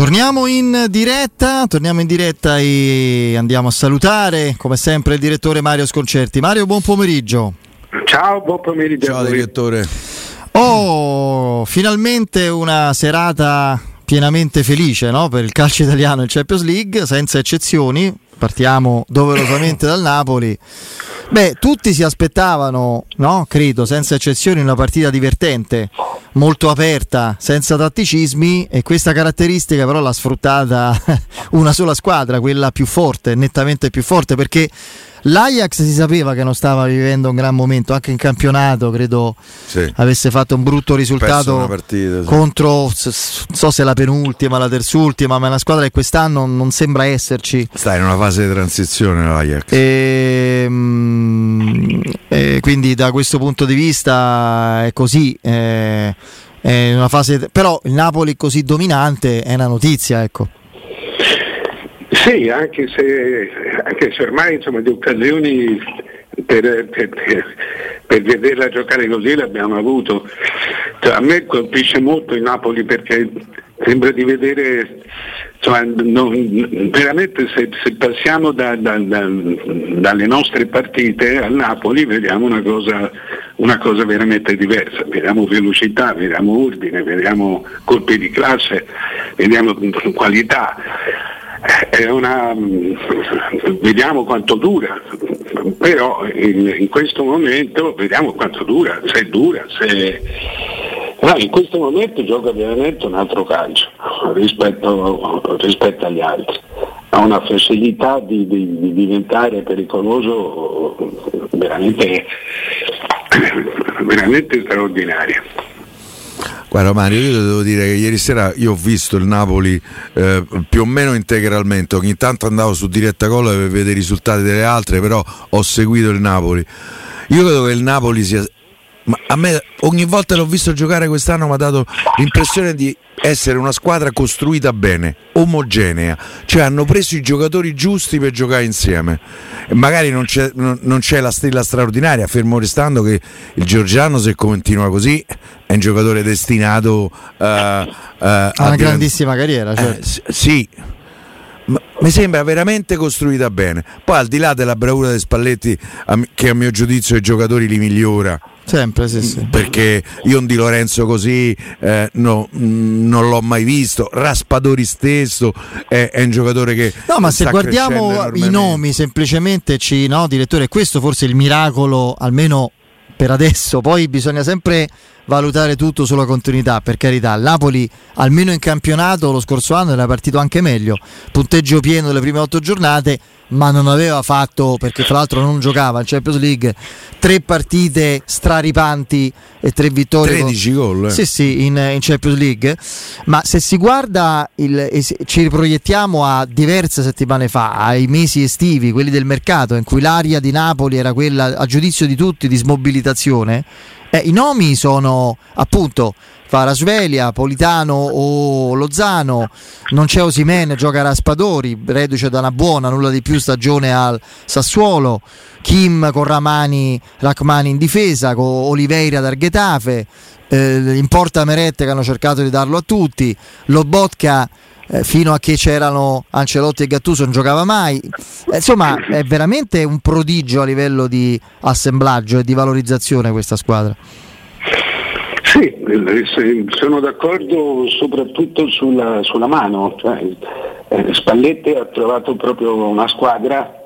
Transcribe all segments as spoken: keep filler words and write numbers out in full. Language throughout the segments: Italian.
Torniamo in diretta, torniamo in diretta e andiamo a salutare come sempre il direttore Mario Sconcerti. Mario, buon pomeriggio. Ciao, buon pomeriggio. Ciao direttore. Oh, finalmente una serata pienamente felice, no? Per il calcio italiano in Champions League, senza eccezioni. Partiamo doverosamente dal Napoli. Beh, tutti si aspettavano, no? Credo, senza eccezioni, una partita divertente, molto aperta, senza tatticismi, e questa caratteristica però l'ha sfruttata una sola squadra, quella più forte, nettamente più forte, perché l'Ajax si sapeva che non stava vivendo un gran momento, anche in campionato credo sì. avesse fatto un brutto risultato partita, sì. contro, non so se la penultima, la terzultima, ma è una squadra che quest'anno non sembra esserci. Sta in una fase di transizione l'Ajax. E, e quindi da questo punto di vista è così, è, è una fase, però il Napoli così dominante è una notizia, ecco. Sì, anche se, anche se ormai insomma di occasioni per, per, per, per vederla giocare così l'abbiamo avuto. Cioè, a me colpisce molto il Napoli perché sembra di vedere, insomma, non, veramente se, se passiamo da, da, da, dalle nostre partite al Napoli vediamo una cosa, una cosa veramente diversa, vediamo velocità, vediamo ordine, vediamo colpi di classe, vediamo qualità. È una, vediamo quanto dura, però in, in questo momento vediamo quanto dura, se dura, se no, in questo momento gioca veramente un altro calcio rispetto, rispetto agli altri, ha una facilità di, di, di diventare pericoloso veramente, veramente straordinaria. Guarda Mario, io devo dire che ieri sera io ho visto il Napoli eh, più o meno integralmente, ogni tanto andavo su Diretta Gol per vedere i risultati delle altre, però ho seguito il Napoli. Io credo che il Napoli sia... Ma a me ogni volta che l'ho visto giocare quest'anno mi ha dato l'impressione di essere una squadra costruita bene, omogenea, cioè hanno preso i giocatori giusti per giocare insieme. E magari non c'è, non, non c'è la stella straordinaria, fermo restando che il Giorgiano, se continua così, è un giocatore destinato uh, uh, a una divent- grandissima carriera, certo. eh, s- sì. Ma mi sembra veramente costruita bene. Poi al di là della bravura dei Spalletti, a, che a mio giudizio i giocatori li migliora sempre, sì, sì. Perché io un Di Lorenzo così eh, no, mh, non l'ho mai visto. Raspadori stesso è, è un giocatore che no, ma se sta guardiamo i nomi semplicemente ci, no, direttore, questo forse è il miracolo, almeno per adesso. Poi bisogna sempre valutare tutto sulla continuità, per carità. Il Napoli almeno in campionato lo scorso anno era partito anche meglio, punteggio pieno delle prime otto giornate, ma non aveva fatto, perché fra l'altro non giocava in Champions League, tre partite straripanti e tre vittorie, tredici gol eh. sì sì in, in Champions League. Ma se si guarda il, e se, ci riproiettiamo a diverse settimane fa, ai mesi estivi, quelli del mercato, in cui l'aria di Napoli era quella, a giudizio di tutti, di smobilitazione, eh, i nomi sono appunto Kvaratskhelia, Politano o Lozano, non c'è Osimhen, gioca Raspadori, reduce da una buona, nulla di più, stagione al Sassuolo, Kim con Ramani, Rachmani in difesa, con Oliveira dal Getafe, eh, in porta Meret che hanno cercato di darlo a tutti, Lobotka eh, fino a che c'erano Ancelotti e Gattuso non giocava mai, eh, insomma è veramente un prodigio a livello di assemblaggio e di valorizzazione questa squadra. Sì, sono d'accordo soprattutto sulla, sulla mano, cioè, eh, Spalletti ha trovato proprio una squadra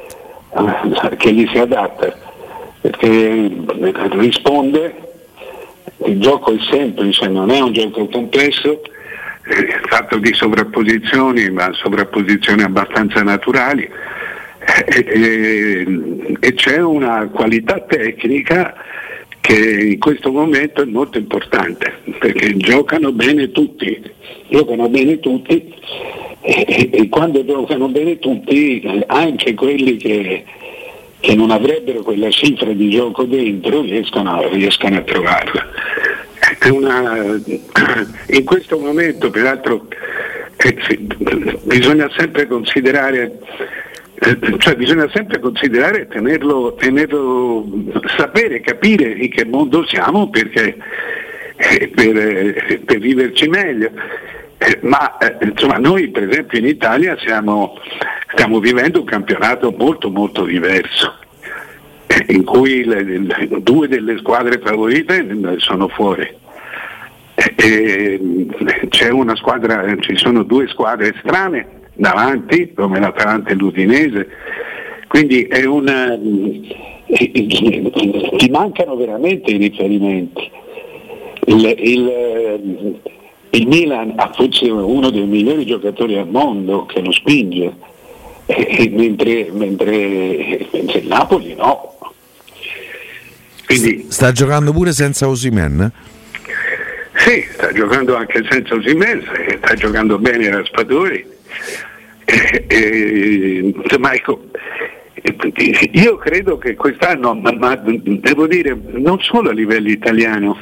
eh, che gli si adatta, perché risponde, il gioco è semplice, non è un gioco complesso, è fatto di sovrapposizioni, ma sovrapposizioni abbastanza naturali, e, e, e c'è una qualità tecnica che in questo momento è molto importante, perché giocano bene tutti, giocano bene tutti e, e, e quando giocano bene tutti, anche quelli che, che non avrebbero quella cifra di gioco dentro riescono, riescono a trovarla. È una, in questo momento peraltro eh, sì, bisogna sempre considerare Cioè bisogna sempre considerare e tenerlo, tenerlo, sapere, capire in che mondo siamo, perché eh, per, per viverci meglio. Eh, ma eh, insomma noi per esempio in Italia siamo, stiamo vivendo un campionato molto molto diverso, eh, in cui le, le, due delle squadre favorite sono fuori. Eh, eh, c'è una squadra, ci sono due squadre strane davanti, come l'Atalanta e l'Udinese, quindi è una, eh, ti mancano veramente i riferimenti. Il, il, il Milan ha forse uno dei migliori giocatori al mondo che lo spinge, eh, mentre, mentre, mentre il Napoli no. Quindi, sta giocando pure senza Osimhen? Sì, sta giocando anche senza Osimhen, sta giocando bene Raspadori. Eh, eh, insomma, ecco, io credo che quest'anno, ma, ma devo dire non solo a livello italiano,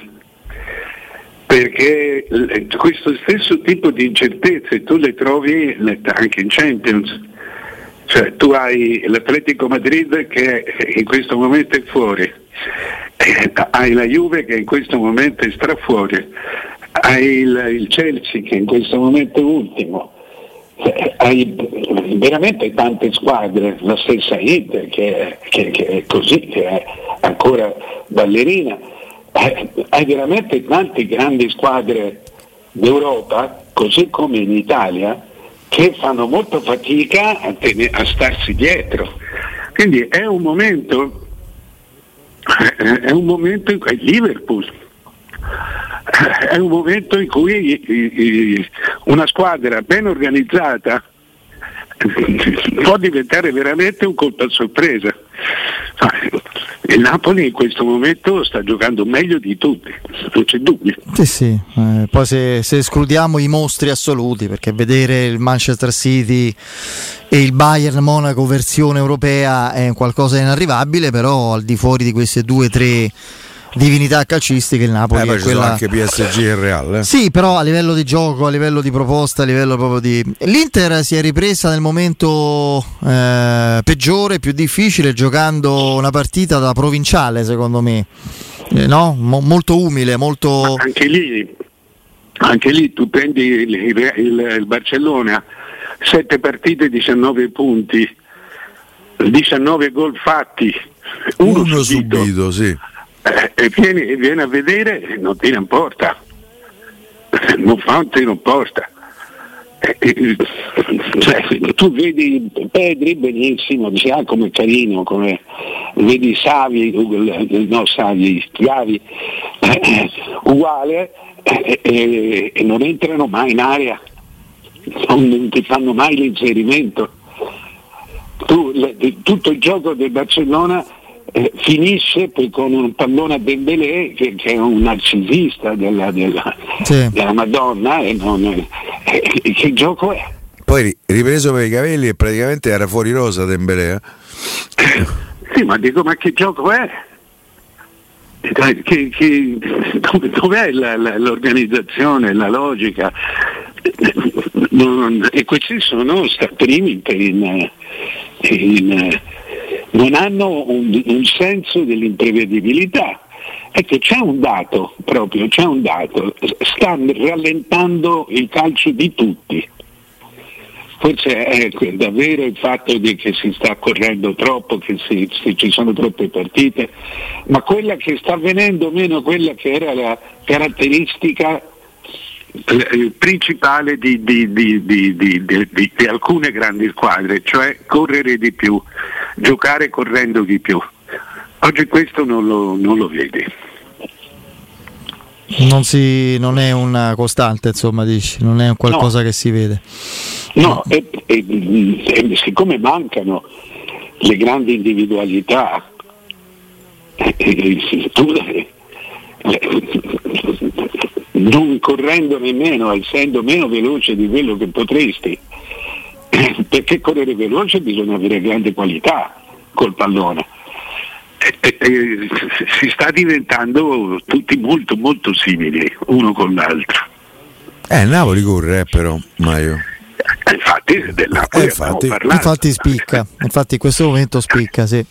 perché questo stesso tipo di incertezze tu le trovi anche in Champions, cioè tu hai l'Atletico Madrid che in questo momento è fuori, hai la Juve che in questo momento è strafuori, hai il, il Chelsea che in questo momento è ultimo, hai veramente tante squadre, la stessa Inter che, che, che è così, che è ancora ballerina. Hai veramente tante grandi squadre d'Europa, così come in Italia, che fanno molto fatica a, ten- a starsi dietro. Quindi è un momento, è un momento in cui Liverpool, è un momento in cui una squadra ben organizzata può diventare veramente un colpo a sorpresa. Il Napoli in questo momento sta giocando meglio di tutti, non c'è dubbio. Sì, sì. Eh, poi se, se escludiamo i mostri assoluti, perché vedere il Manchester City e il Bayern Monaco versione europea è qualcosa di inarrivabile, però al di fuori di queste due o tre divinità calcistiche il Napoli eh, è quella... anche P S G e Real, eh? Sì, però a livello di gioco, a livello di proposta, a livello proprio di... L'Inter si è ripresa nel momento eh, peggiore, più difficile, giocando una partita da provinciale, secondo me, eh, no? Mo- molto umile, molto... Anche lì, anche lì tu prendi il, il, il Barcellona, sette partite, diciannove punti, diciannove gol fatti, uno, uno subito, subito, sì. Eh, e vieni, vieni a vedere, non tira in porta, non fa un tiro in porta. Eh, eh, cioè, tu vedi Pedri benissimo, dici ah come carino, come vedi Savi, no Savi, Gavi, eh, uguale, eh, eh, e non entrano mai in area, non ti fanno mai l'inserimento. Tu, le, tutto il gioco del Barcellona Eh, finisce poi con un pallone a Dembélé che, che è un narcisista della, della, sì. della Madonna e non, eh, che gioco è? Poi ripreso per i capelli e praticamente era fuori rosa Dembélé, eh? Sì, ma dico ma che gioco è? Che, che, dove, dov'è la, la, l'organizzazione, la logica? Non, e questi sono primi in, in non hanno un, un senso dell'imprevedibilità. Ecco, c'è un dato proprio, c'è un dato, sta rallentando il calcio di tutti. Forse è davvero il fatto di che si sta correndo troppo, che si, si, ci sono troppe partite, ma quella che sta avvenendo meno quella che era la caratteristica eh, principale di, di, di, di, di, di, di, di alcune grandi squadre, cioè correre di più, giocare correndo di più. Oggi questo non lo, non lo vedi. Non, si, non è una costante, insomma, dici, non è un qualcosa no. che si vede. No, e, e, e siccome mancano le grandi individualità, e, e, tu, e, non correndo nemmeno, essendo meno veloce di quello che potresti, perché correre veloce bisogna avere grande qualità col pallone. E, e, si sta diventando tutti molto molto simili uno con l'altro. Eh, Napoli corre eh, però, Maio. Infatti eh, del Napoli eh, infatti, infatti spicca, infatti in questo momento spicca, sì.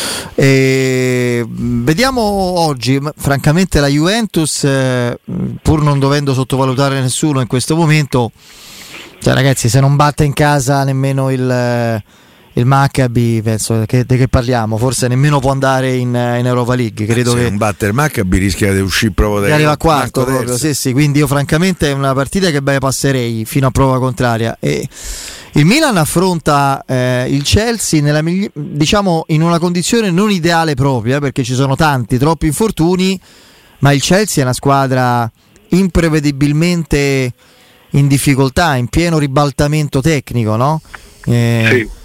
E vediamo oggi, francamente la Juventus, eh, pur non dovendo sottovalutare nessuno in questo momento, cioè ragazzi, se non batte in casa nemmeno il il Maccabi, penso che, di che parliamo, forse nemmeno può andare in, in Europa League, credo se che non batte il Maccabi rischia di uscire proprio dai, arriva a quarto proprio, sì, sì, quindi io francamente è una partita che bypasserei fino a prova contraria. E il Milan affronta eh, il Chelsea nella, diciamo in una condizione non ideale propria, perché ci sono tanti, troppi infortuni, ma il Chelsea è una squadra imprevedibilmente in difficoltà, in pieno ribaltamento tecnico, no? Eh, sì.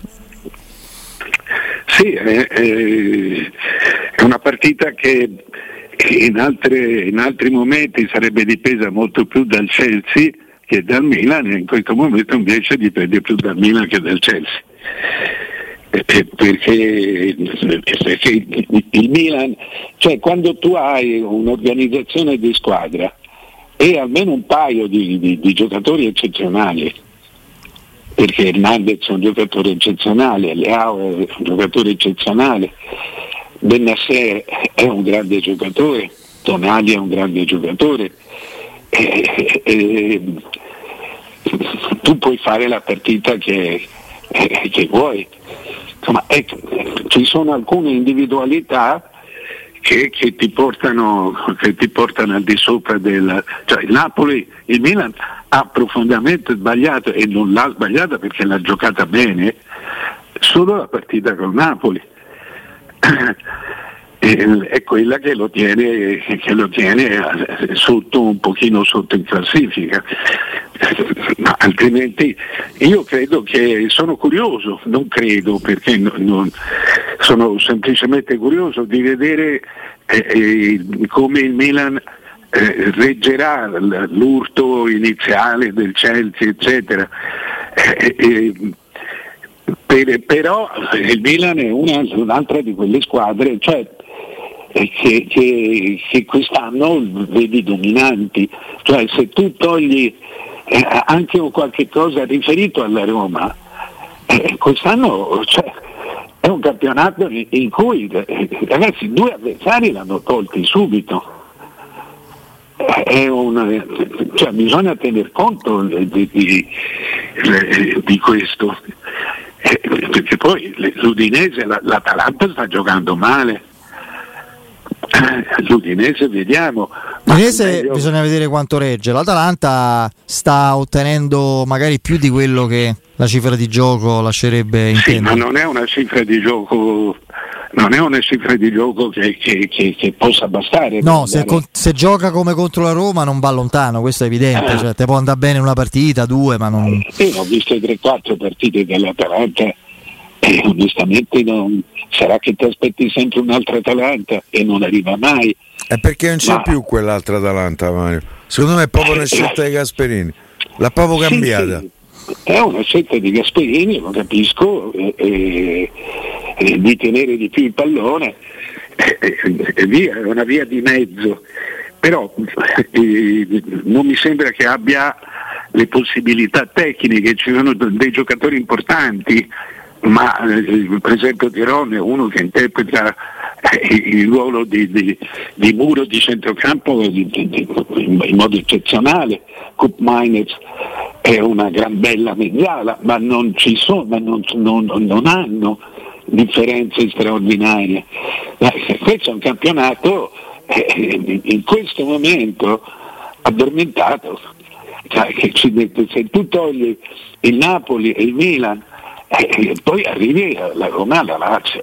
Sì, è, è una partita che in, altre, in altri momenti sarebbe dipesa molto più dal Chelsea che dal Milan, e in questo momento invece dipende più dal Milan che dal Chelsea. Perché, perché il Milan, cioè quando tu hai un'organizzazione di squadra e almeno un paio di, di, di giocatori eccezionali, perché Hernandez è un giocatore eccezionale, Leao è un giocatore eccezionale, Bennacer è un grande giocatore, Tonali è un grande giocatore, e, e, tu puoi fare la partita che, che vuoi. Insomma, ecco, ci sono alcune individualità che, che ti portano che ti portano al di sopra del, cioè il Napoli, il Milan ha profondamente sbagliato, e non l'ha sbagliata perché l'ha giocata bene, solo la partita col Napoli è quella che lo tiene che lo tiene sotto, un pochino sotto in classifica, ma altrimenti io credo che sono curioso, non credo perché non, non, sono semplicemente curioso di vedere eh, eh, come il Milan eh, reggerà l'urto iniziale del Chelsea eccetera, eh, eh, per, però il Milan è una, un'altra di quelle squadre, cioè Che, che, che quest'anno vedi dominanti, cioè se tu togli eh, anche qualche cosa riferito alla Roma, eh, quest'anno cioè, è un campionato in cui eh, ragazzi due avversari l'hanno tolti subito, è una, cioè, bisogna tener conto di, di, di, di questo, eh, perché poi l'Udinese, l'Atalanta sta giocando male. L'Udinese vediamo, l'Udinese meglio... bisogna vedere quanto regge. L'Atalanta sta ottenendo magari più di quello che la cifra di gioco lascerebbe intendere. Sì, ma non è una cifra di gioco, non è una cifra di gioco che, che, che, che possa bastare. No, se, con, se gioca come contro la Roma non va lontano, questo è evidente, ah. cioè, te può andare bene una partita, due, ma non. Io ho visto tre quattro partite dell'Atalanta e onestamente non. Sarà che ti aspetti sempre un'altra Atalanta e non arriva mai. È perché non c'è ma... più quell'altra Atalanta, Mario. Secondo me è proprio una scelta di Gasperini. L'ha proprio sì, cambiata. Sì. È una scelta di Gasperini, lo capisco, e, e, e di tenere di più il pallone e, e, e via, è una via di mezzo. Però e, non mi sembra che abbia le possibilità tecniche, ci sono dei giocatori importanti. Ma eh, per esempio Tirone è uno che interpreta eh, il ruolo di, di, di muro di centrocampo di, di, di, in modo eccezionale. Koop Meiners è una gran bella mezzala, ma non ci sono, ma non, non, non hanno differenze straordinarie. Eh, questo è un campionato eh, in questo momento addormentato, cioè, che ci, se tu togli il Napoli e il Milan e poi arrivi alla Roma e alla Lazio.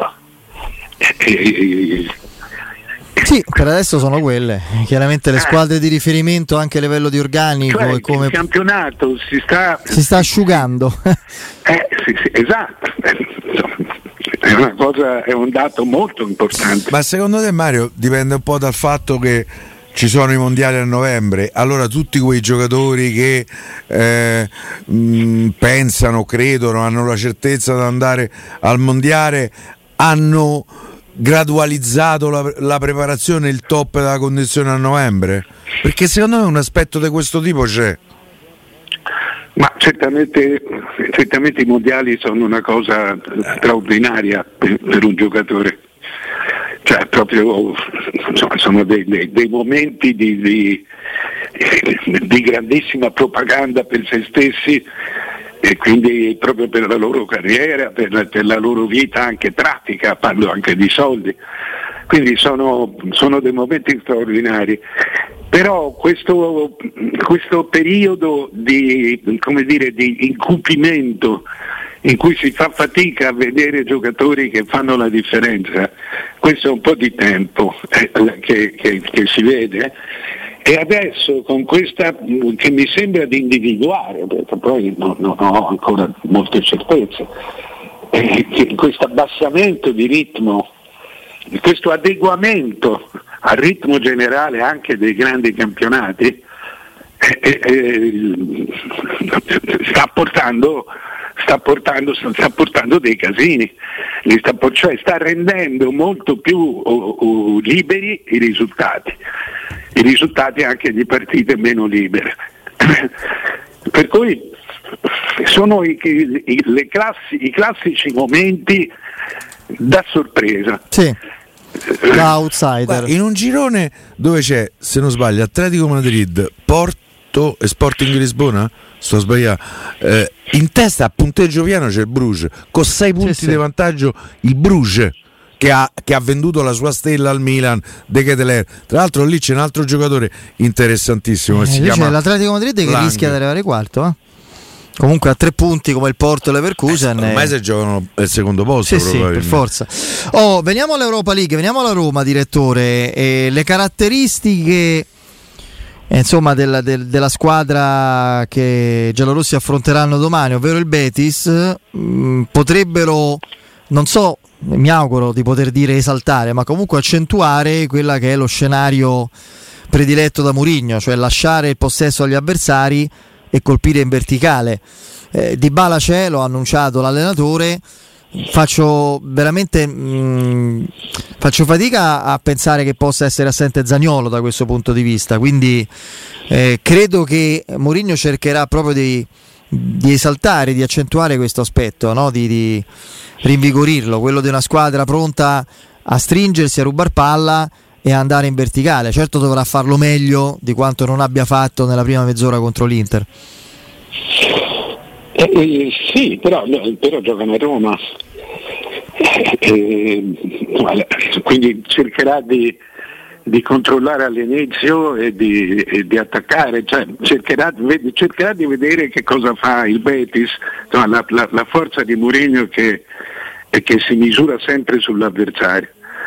Sì, per adesso sono quelle. Chiaramente le squadre di riferimento anche a livello di organico, cioè, e come il campionato si sta si sta asciugando. eh, sì, sì, esatto. È una cosa, è un dato molto importante. Ma secondo te, Mario, dipende un po' dal fatto che ci sono i mondiali a novembre, allora tutti quei giocatori che eh, mh, pensano, credono, hanno la certezza di andare al mondiale hanno gradualizzato la, la preparazione, il top della condizione a novembre? Perché secondo me un aspetto di questo tipo c'è. Ma certamente, certamente i mondiali sono una cosa straordinaria per, per un giocatore, cioè proprio insomma, sono dei, dei, dei momenti di, di, di grandissima propaganda per se stessi e quindi proprio per la loro carriera, per, per la loro vita anche pratica, parlo anche di soldi, quindi sono, sono dei momenti straordinari. Però questo, questo periodo di, come dire, di incupimento in cui si fa fatica a vedere giocatori che fanno la differenza, questo è un po' di tempo eh, che, che, che si vede, e adesso con questa che mi sembra di individuare, perché poi non, non ho ancora molte certezze, eh, questo abbassamento di ritmo, questo adeguamento al ritmo generale anche dei grandi campionati eh, eh, sta portando sta portando sta portando dei casini, li sta, cioè sta rendendo molto più uh, uh, liberi i risultati i risultati anche di partite meno libere per cui sono i, i, le classi, i classici momenti da sorpresa. Sì. Da outsider. Guarda, in un girone dove c'è, se non sbaglio, Atletico Madrid, Porto e Sporting Lisbona, sto sbagliando, eh, in testa a punteggio piano c'è il Bruges con sei punti sì, di sì. vantaggio, il Bruges che ha, che ha venduto la sua stella al Milan, De Ketelaere. Tra l'altro lì c'è un altro giocatore interessantissimo eh, che si chiama c'è l'Atletico Madrid che Lang. rischia di arrivare quarto, eh? Comunque a tre punti come il Porto e l'Leverkusen. Eh, ormai se giocano al secondo posto, sì, sì, per forza. Oh, veniamo all'Europa League, veniamo alla Roma, direttore. E le caratteristiche eh, insomma della, del, della squadra che i giallorossi affronteranno domani, ovvero il Betis, mh, potrebbero, non so, mi auguro di poter dire esaltare, ma comunque accentuare quella che è lo scenario prediletto da Mourinho, cioè lasciare il possesso agli avversari e colpire in verticale. eh, Dybala c'è, l'ho annunciato l'allenatore. Faccio veramente mh, faccio fatica a pensare che possa essere assente Zaniolo da questo punto di vista, quindi eh, credo che Mourinho cercherà proprio di, di esaltare, di accentuare questo aspetto, no? di, di rinvigorirlo, quello di una squadra pronta a stringersi, a rubar palla e andare in verticale. Certo dovrà farlo meglio di quanto non abbia fatto nella prima mezz'ora contro l'Inter. Eh, eh, sì, però, però giocano a Roma, eh, eh, quindi cercherà di, di controllare all'inizio e di, e di attaccare, cioè cercherà, cercherà di vedere che cosa fa il Betis. Insomma, la, la, la forza di Mourinho che, è che si misura sempre sull'avversario.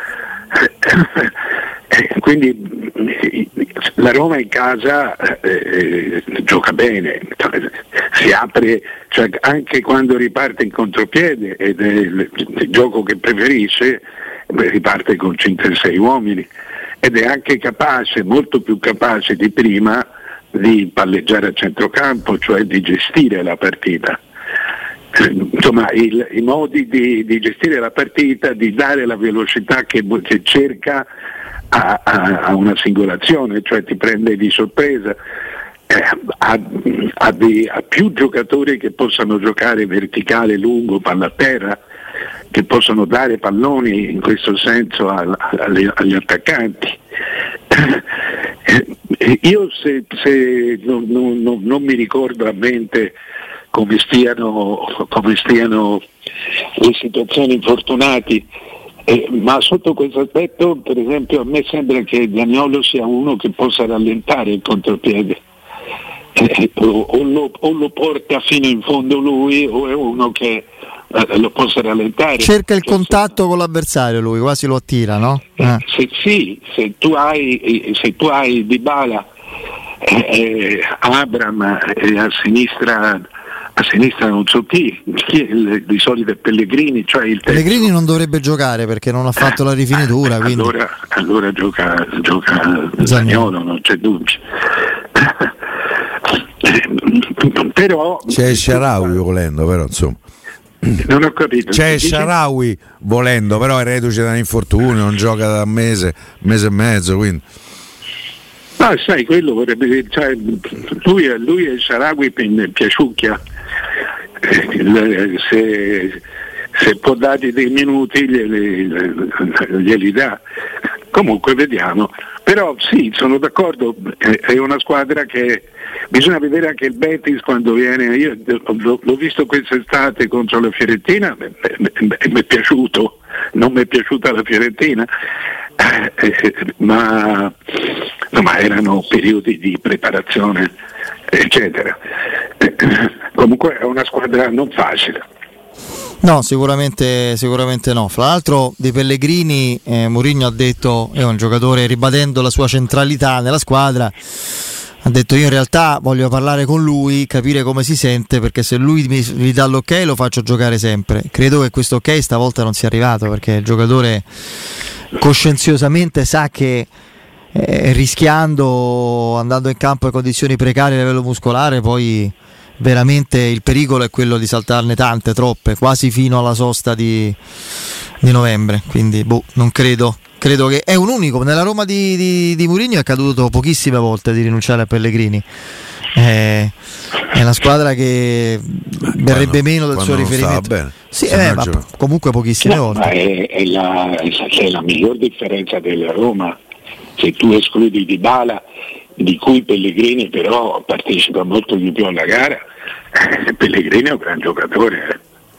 Quindi la Roma in casa eh, gioca bene, si apre, cioè anche quando riparte in contropiede ed è il, il gioco che preferisce, riparte con cinque sei uomini ed è anche capace, molto più capace di prima, di palleggiare a centrocampo, cioè di gestire la partita. Insomma, il, i modi di, di gestire la partita, di dare la velocità che, che cerca a, a, a una singolazione, cioè ti prende di sorpresa, eh, ha, ha, di, ha più giocatori che possano giocare verticale, lungo, palla a terra, che possono dare palloni in questo senso a, a, agli, agli attaccanti. Eh, io se, se non, non, non mi ricordo a mente come stiano, come stiano le situazioni infortunati, eh, ma sotto questo aspetto per esempio a me sembra che Zaniolo sia uno che possa rallentare il contropiede, eh, o, o, lo, o lo porta fino in fondo lui o è uno che eh, lo possa rallentare. Cerca il contatto con l'avversario lui, quasi lo attira, no? Eh. Se, sì, se tu hai, se tu hai Dybala, eh, Abraham e a sinistra a sinistra non so chi, chi di solito è Pellegrini, cioè il Pellegrini non dovrebbe giocare perché non ha fatto eh, la rifinitura, quindi allora, allora gioca, gioca Zaniolo, non c'è dubbio. Però c'è il Shaarawy volendo, però insomma non ho capito. C'è il Shaarawy volendo, però è reduce da un infortunio, non gioca da un mese, mese e mezzo, quindi no, Ah, sai, quello vorrebbe dire, cioè, lui, lui e Sharawi piaciucchia, se, se può dargli dei minuti glieli, glieli dà. Comunque vediamo. Però sì, sono d'accordo, è una squadra che bisogna vedere anche il Betis quando viene. Io l'ho visto quest'estate contro la Fiorentina, mi è piaciuto, non mi è piaciuta la Fiorentina, eh, ma, no, ma erano periodi di preparazione, eccetera. Eh, comunque è una squadra non facile. No, sicuramente, sicuramente no. Fra l'altro di Pellegrini eh, Mourinho ha detto, è un giocatore, ribadendo la sua centralità nella squadra, ha detto io in realtà voglio parlare con lui, capire come si sente, perché se lui mi, mi dà l'ok lo faccio giocare sempre. Credo che questo ok stavolta non sia arrivato, perché il giocatore coscienziosamente sa che eh, rischiando, andando in campo in condizioni precarie a livello muscolare, poi veramente il pericolo è quello di saltarne tante, troppe, quasi fino alla sosta di, di novembre. Quindi boh, non credo. Credo che è un unico. Nella Roma di, di, di Mourinho è accaduto pochissime volte di rinunciare a Pellegrini. È, è una squadra che verrebbe quando, meno del suo riferimento. Bene. Sì, eh, ma comunque pochissime no, volte. Ma è, è, la, è la miglior differenza della Roma. Se tu escludi Dybala, di cui Pellegrini però partecipa molto di più alla gara, eh, Pellegrini è un gran giocatore,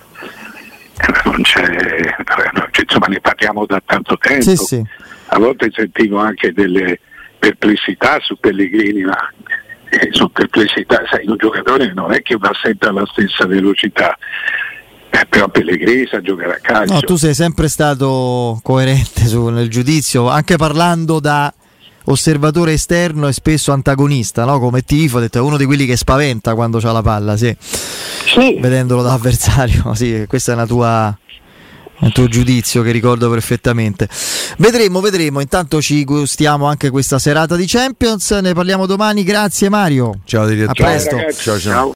eh. non, c'è, non c'è, insomma ne parliamo da tanto tempo, sì, sì. A volte sentivo anche delle perplessità su Pellegrini, ma eh, su perplessità, sai, un giocatore non è che va sempre alla stessa velocità, eh, però Pellegrini sa giocare a calcio. No, tu sei sempre stato coerente su, nel giudizio, anche parlando da osservatore esterno e spesso antagonista, no? Come tifo, ho detto è uno di quelli che spaventa quando c'ha la palla, sì. Sì. Vedendolo da avversario, sì, questo è una tua, un tuo giudizio che ricordo perfettamente. Vedremo, vedremo, intanto ci gustiamo anche questa serata di Champions, ne parliamo domani, grazie Mario. Ciao direttore. A presto. Ciao, ragazzi. Ciao, ciao. Ciao.